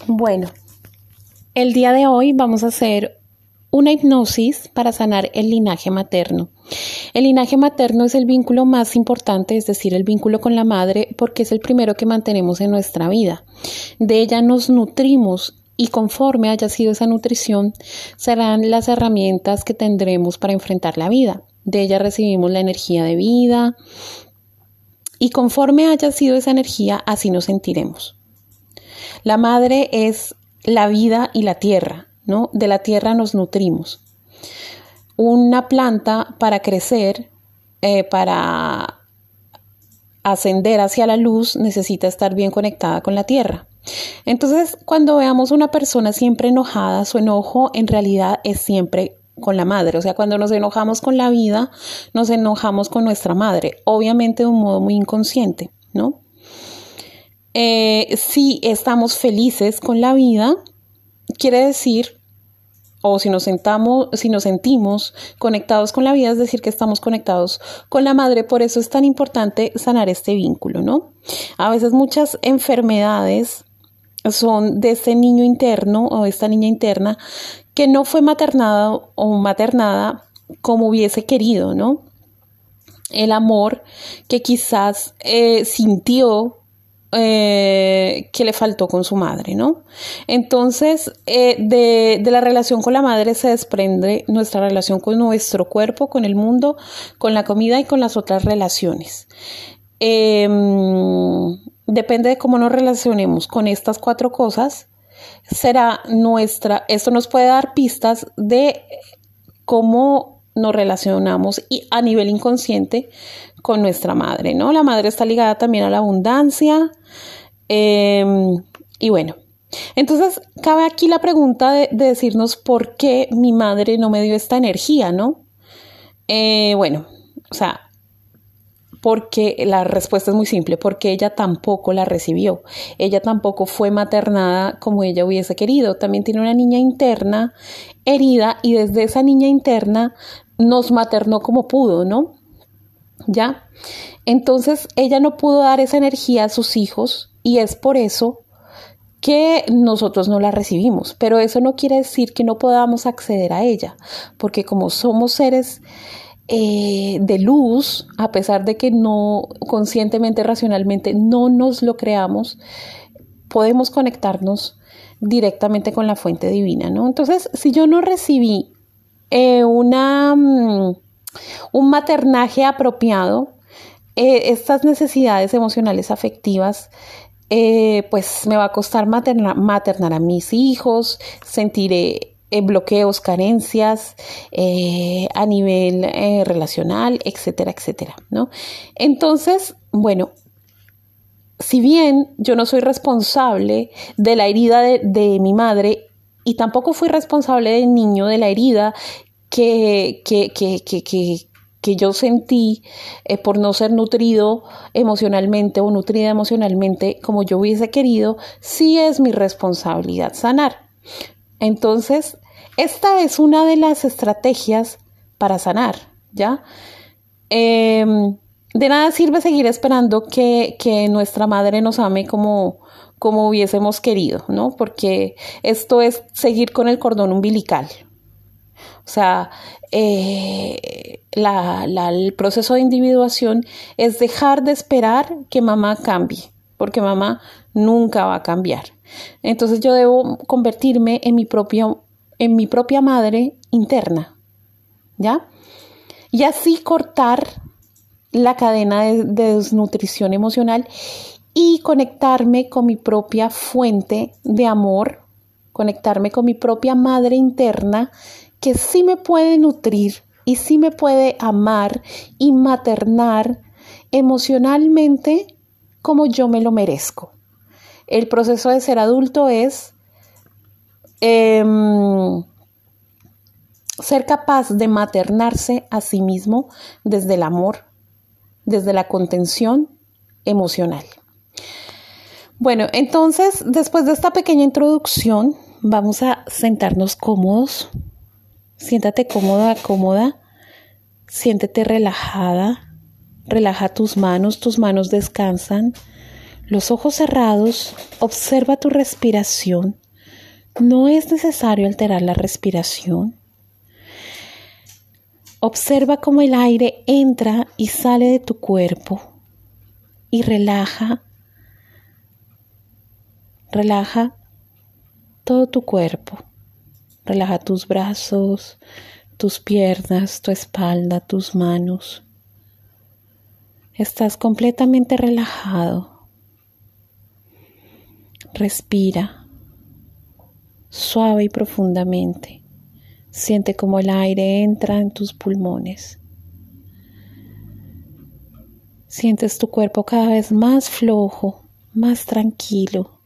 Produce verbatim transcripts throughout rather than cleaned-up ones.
Bueno, el día de hoy vamos a hacer una hipnosis para sanar el linaje materno. El linaje materno es el vínculo más importante, es decir, el vínculo con la madre, porque es el primero que mantenemos en nuestra vida. De ella nos nutrimos y conforme haya sido esa nutrición, serán las herramientas que tendremos para enfrentar la vida. De ella recibimos la energía de vida y conforme haya sido esa energía, así nos sentiremos. La madre es la vida y la tierra, ¿no? De la tierra nos nutrimos. Una planta para crecer, eh, para ascender hacia la luz, necesita estar bien conectada con la tierra. Entonces, cuando veamos una persona siempre enojada, su enojo en realidad es siempre con la madre. O sea, cuando nos enojamos con la vida, nos enojamos con nuestra madre, obviamente de un modo muy inconsciente, ¿no? Eh, si estamos felices con la vida, quiere decir, o si nos sentamos, si nos sentimos conectados con la vida, es decir, que estamos conectados con la madre. Por eso es tan importante sanar este vínculo, ¿no? A veces muchas enfermedades son de este niño interno o esta niña interna que no fue maternada o maternada como hubiese querido, ¿no? El amor que quizás eh, sintió Eh, que le faltó con su madre, ¿no? Entonces, eh, de, de la relación con la madre se desprende nuestra relación con nuestro cuerpo, con el mundo, con la comida y con las otras relaciones. Eh, depende de cómo nos relacionemos con estas cuatro cosas, será nuestra, esto nos puede dar pistas de cómo nos relacionamos y a nivel inconsciente con nuestra madre, ¿no? La madre está ligada también a la abundancia eh, y bueno, entonces cabe aquí la pregunta de, de decirnos por qué mi madre no me dio esta energía, ¿no? Eh, bueno, o sea, porque la respuesta es muy simple, porque ella tampoco la recibió, ella tampoco fue maternada como ella hubiese querido, también tiene una niña interna herida y desde esa niña interna nos maternó como pudo, ¿no? ¿Ya? Entonces ella no pudo dar esa energía a sus hijos y es por eso que nosotros no la recibimos, pero eso no quiere decir que no podamos acceder a ella, porque como somos seres Eh, de luz, a pesar de que no conscientemente, racionalmente no nos lo creamos, podemos conectarnos directamente con la fuente divina, ¿no? Entonces, si yo no recibí eh, una, um, un maternaje apropiado, eh, estas necesidades emocionales afectivas, eh, pues me va a costar materna, maternar a mis hijos, sentiré Eh, bloqueos, carencias eh, a nivel eh, relacional, etcétera, etcétera, ¿no? Entonces, bueno, si bien yo no soy responsable de la herida de, de mi madre y tampoco fui responsable del niño de la herida que, que, que, que, que, que yo sentí eh, por no ser nutrido emocionalmente o nutrida emocionalmente como yo hubiese querido, sí es mi responsabilidad sanar. Entonces, esta es una de las estrategias para sanar, ¿ya? Eh, de nada sirve seguir esperando que, que nuestra madre nos ame como, como hubiésemos querido, ¿no? Porque esto es seguir con el cordón umbilical. O sea, eh, la, la, el proceso de individuación es dejar de esperar que mamá cambie, porque mamá nunca va a cambiar. Entonces yo debo convertirme en mi propia, en mi propia madre interna, ¿ya? Y así cortar la cadena de, de desnutrición emocional y conectarme con mi propia fuente de amor, conectarme con mi propia madre interna que sí me puede nutrir y sí me puede amar y maternar emocionalmente como yo me lo merezco. El proceso de ser adulto es eh, ser capaz de maternarse a sí mismo desde el amor, desde la contención emocional. Bueno, entonces, después de esta pequeña introducción, vamos a sentarnos cómodos. Siéntate cómoda, cómoda. Siéntete relajada. Relaja tus manos, tus manos descansan. Los ojos cerrados, observa tu respiración. No es necesario alterar la respiración. Observa cómo el aire entra y sale de tu cuerpo y relaja, relaja todo tu cuerpo. Relaja tus brazos, tus piernas, tu espalda, tus manos. Estás completamente relajado. Respira suave y profundamente. Siente cómo el aire entra en tus pulmones. Sientes tu cuerpo cada vez más flojo, más tranquilo.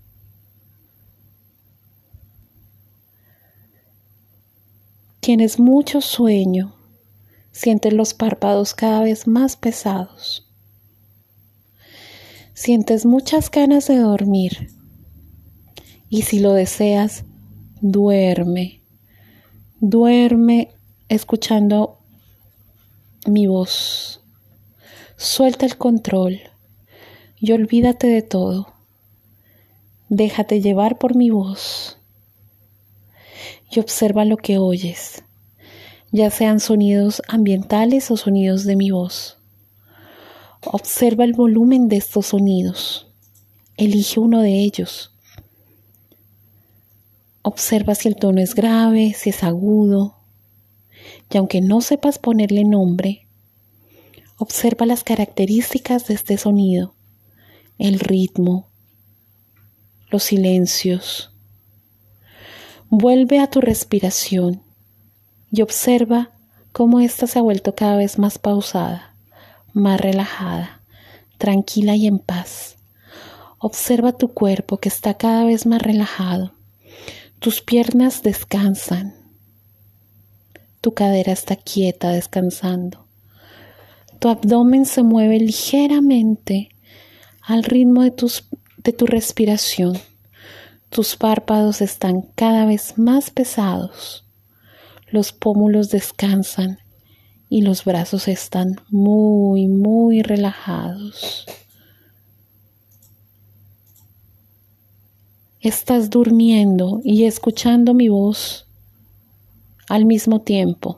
Tienes mucho sueño. Sientes los párpados cada vez más pesados. Sientes muchas ganas de dormir. Y si lo deseas, duerme. Duerme escuchando mi voz. Suelta el control y olvídate de todo. Déjate llevar por mi voz y observa lo que oyes, ya sean sonidos ambientales o sonidos de mi voz. Observa el volumen de estos sonidos. Elige uno de ellos. Observa si el tono es grave, si es agudo. Y aunque no sepas ponerle nombre, observa las características de este sonido, el ritmo, los silencios. Vuelve a tu respiración y observa cómo ésta se ha vuelto cada vez más pausada, más relajada, tranquila y en paz. Observa tu cuerpo que está cada vez más relajado. Tus piernas descansan. Tu cadera está quieta, descansando. Tu abdomen se mueve ligeramente al ritmo de, tus, de tu respiración. Tus párpados están cada vez más pesados. Los pómulos descansan y los brazos están muy, muy relajados. Estás durmiendo y escuchando mi voz al mismo tiempo.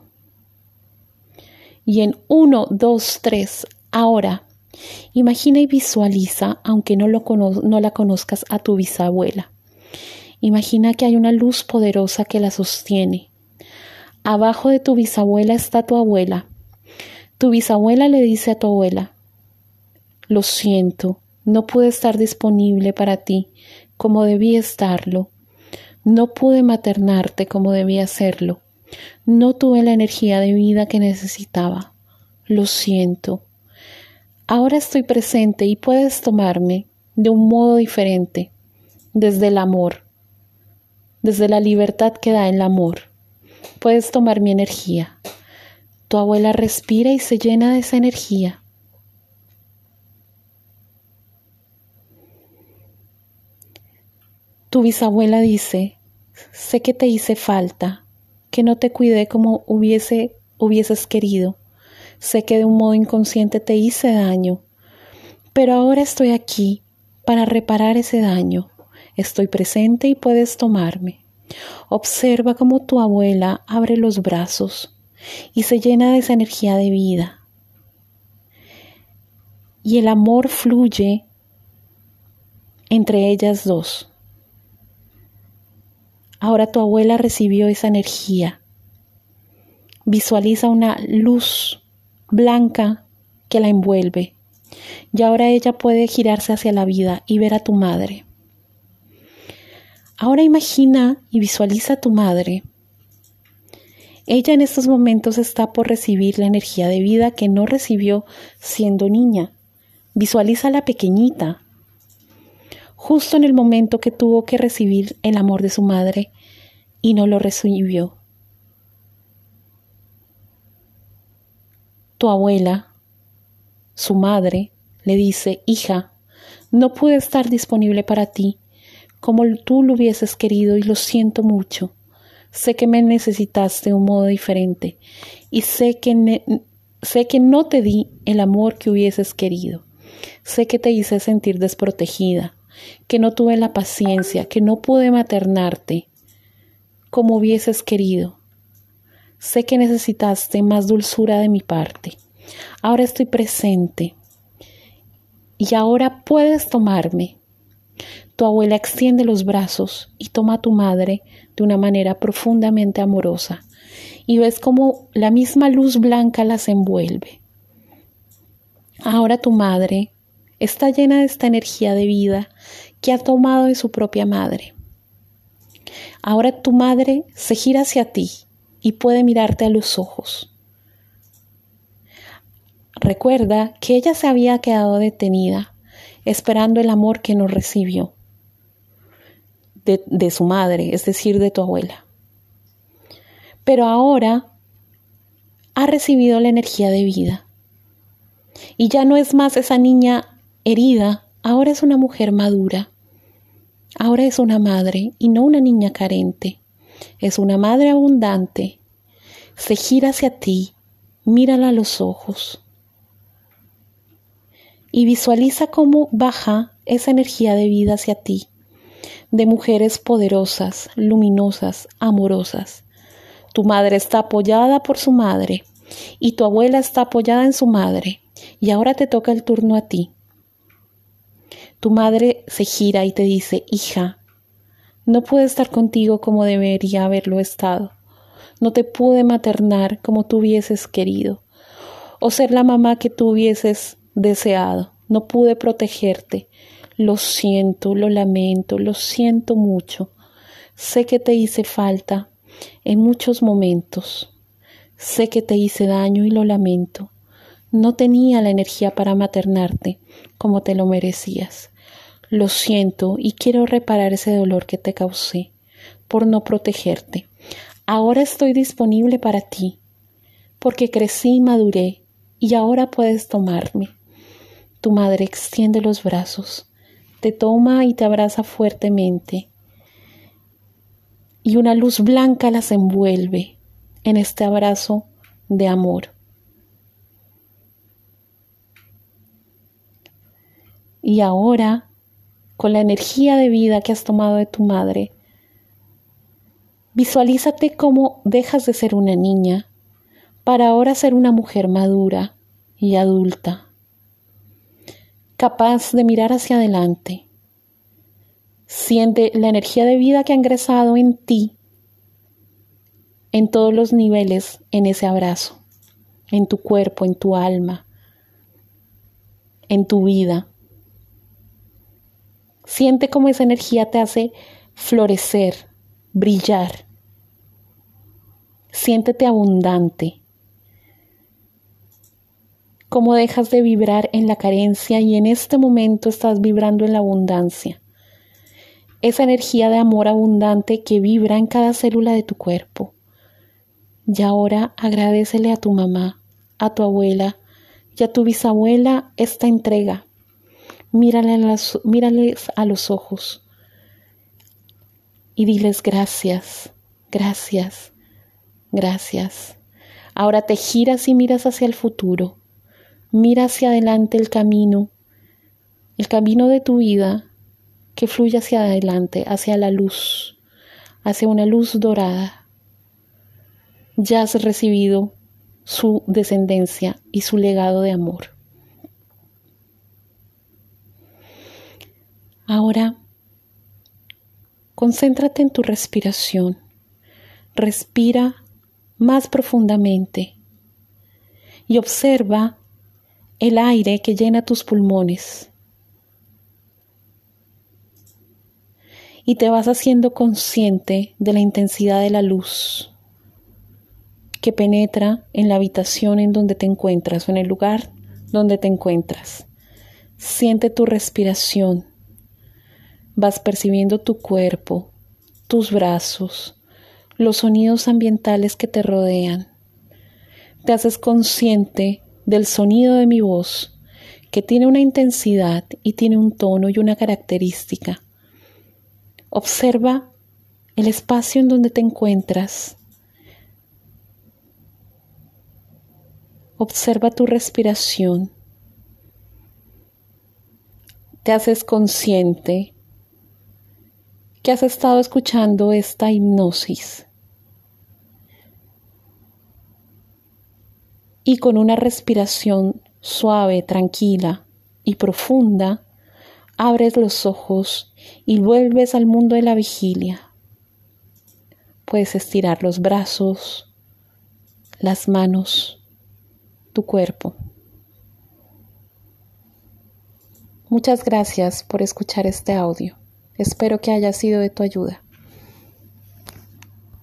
Y en uno, dos, tres, ahora, imagina y visualiza, aunque no, lo cono- no la conozcas, a tu bisabuela. Imagina que hay una luz poderosa que la sostiene. Abajo de tu bisabuela está tu abuela. Tu bisabuela le dice a tu abuela: lo siento, no pude estar disponible para ti como debía estarlo. No pude maternarte como debía hacerlo. No tuve la energía de vida que necesitaba. Lo siento. Ahora estoy presente y puedes tomarme de un modo diferente, desde el amor, desde la libertad que da el amor. Puedes tomar mi energía. Tu abuela respira y se llena de esa energía. Tu bisabuela dice: sé que te hice falta, que no te cuidé como hubiese, hubieses querido. Sé que de un modo inconsciente te hice daño, pero ahora estoy aquí para reparar ese daño. Estoy presente y puedes tomarme. Observa cómo tu abuela abre los brazos y se llena de esa energía de vida. Y el amor fluye entre ellas dos. Ahora tu abuela recibió esa energía. Visualiza una luz blanca que la envuelve. Y ahora ella puede girarse hacia la vida y ver a tu madre. Ahora imagina y visualiza a tu madre. Ella en estos momentos está por recibir la energía de vida que no recibió siendo niña. Visualízala pequeñita, justo en el momento que tuvo que recibir el amor de su madre y no lo recibió. Tu abuela, su madre, le dice: hija, no pude estar disponible para ti como tú lo hubieses querido y lo siento mucho. Sé que me necesitaste de un modo diferente y sé que, ne- sé que no te di el amor que hubieses querido. Sé que te hice sentir desprotegida, que no tuve la paciencia, que no pude maternarte como hubieses querido. Sé que necesitaste más dulzura de mi parte. Ahora estoy presente y ahora puedes tomarme. Tu abuela extiende los brazos y toma a tu madre de una manera profundamente amorosa y ves como la misma luz blanca las envuelve. Ahora tu madre está llena de esta energía de vida que ha tomado de su propia madre. Ahora tu madre se gira hacia ti y puede mirarte a los ojos. Recuerda que ella se había quedado detenida, esperando el amor que no recibió de, de su madre, es decir, de tu abuela. Pero ahora ha recibido la energía de vida. Y ya no es más esa niña herida, ahora es una mujer madura. Ahora es una madre y no una niña carente. Es una madre abundante. Se gira hacia ti, mírala a los ojos. Y visualiza cómo baja esa energía de vida hacia ti, de mujeres poderosas, luminosas, amorosas. Tu madre está apoyada por su madre y tu abuela está apoyada en su madre. Y ahora te toca el turno a ti. Tu madre se gira y te dice: hija, no pude estar contigo como debería haberlo estado. No te pude maternar como tú hubieses querido, o ser la mamá que tú hubieses deseado. No pude protegerte. Lo siento, lo lamento, lo siento mucho. Sé que te hice falta en muchos momentos. Sé que te hice daño y lo lamento. No tenía la energía para maternarte como te lo merecías. Lo siento y quiero reparar ese dolor que te causé por no protegerte. Ahora estoy disponible para ti, porque crecí y maduré, y ahora puedes tomarme. Tu madre extiende los brazos, te toma y te abraza fuertemente, y una luz blanca las envuelve en este abrazo de amor. Y ahora, con la energía de vida que has tomado de tu madre, visualízate cómo dejas de ser una niña para ahora ser una mujer madura y adulta, capaz de mirar hacia adelante. Siente la energía de vida que ha ingresado en ti, en todos los niveles, en ese abrazo, en tu cuerpo, en tu alma, en tu vida. Siente cómo esa energía te hace florecer, brillar. Siéntete abundante. Cómo dejas de vibrar en la carencia y en este momento estás vibrando en la abundancia. Esa energía de amor abundante que vibra en cada célula de tu cuerpo. Y ahora agradécele a tu mamá, a tu abuela y a tu bisabuela esta entrega. Mírale a las, mírales a los ojos y diles gracias, gracias, gracias. Ahora te giras y miras hacia el futuro. Mira hacia adelante el camino, el camino de tu vida que fluye hacia adelante, hacia la luz, hacia una luz dorada. Ya has recibido su descendencia y su legado de amor. Ahora, concéntrate en tu respiración. Respira más profundamente y observa el aire que llena tus pulmones. Y te vas haciendo consciente de la intensidad de la luz que penetra en la habitación en donde te encuentras o en el lugar donde te encuentras. Siente tu respiración. Vas percibiendo tu cuerpo, tus brazos, los sonidos ambientales que te rodean. Te haces consciente del sonido de mi voz, que tiene una intensidad y tiene un tono y una característica. Observa el espacio en donde te encuentras. Observa tu respiración. te haces consciente que has estado escuchando esta hipnosis y con una respiración suave, tranquila y profunda, abres los ojos y vuelves al mundo de la vigilia. Puedes estirar los brazos, las manos, tu cuerpo. Muchas gracias por escuchar este audio. Espero que haya sido de tu ayuda.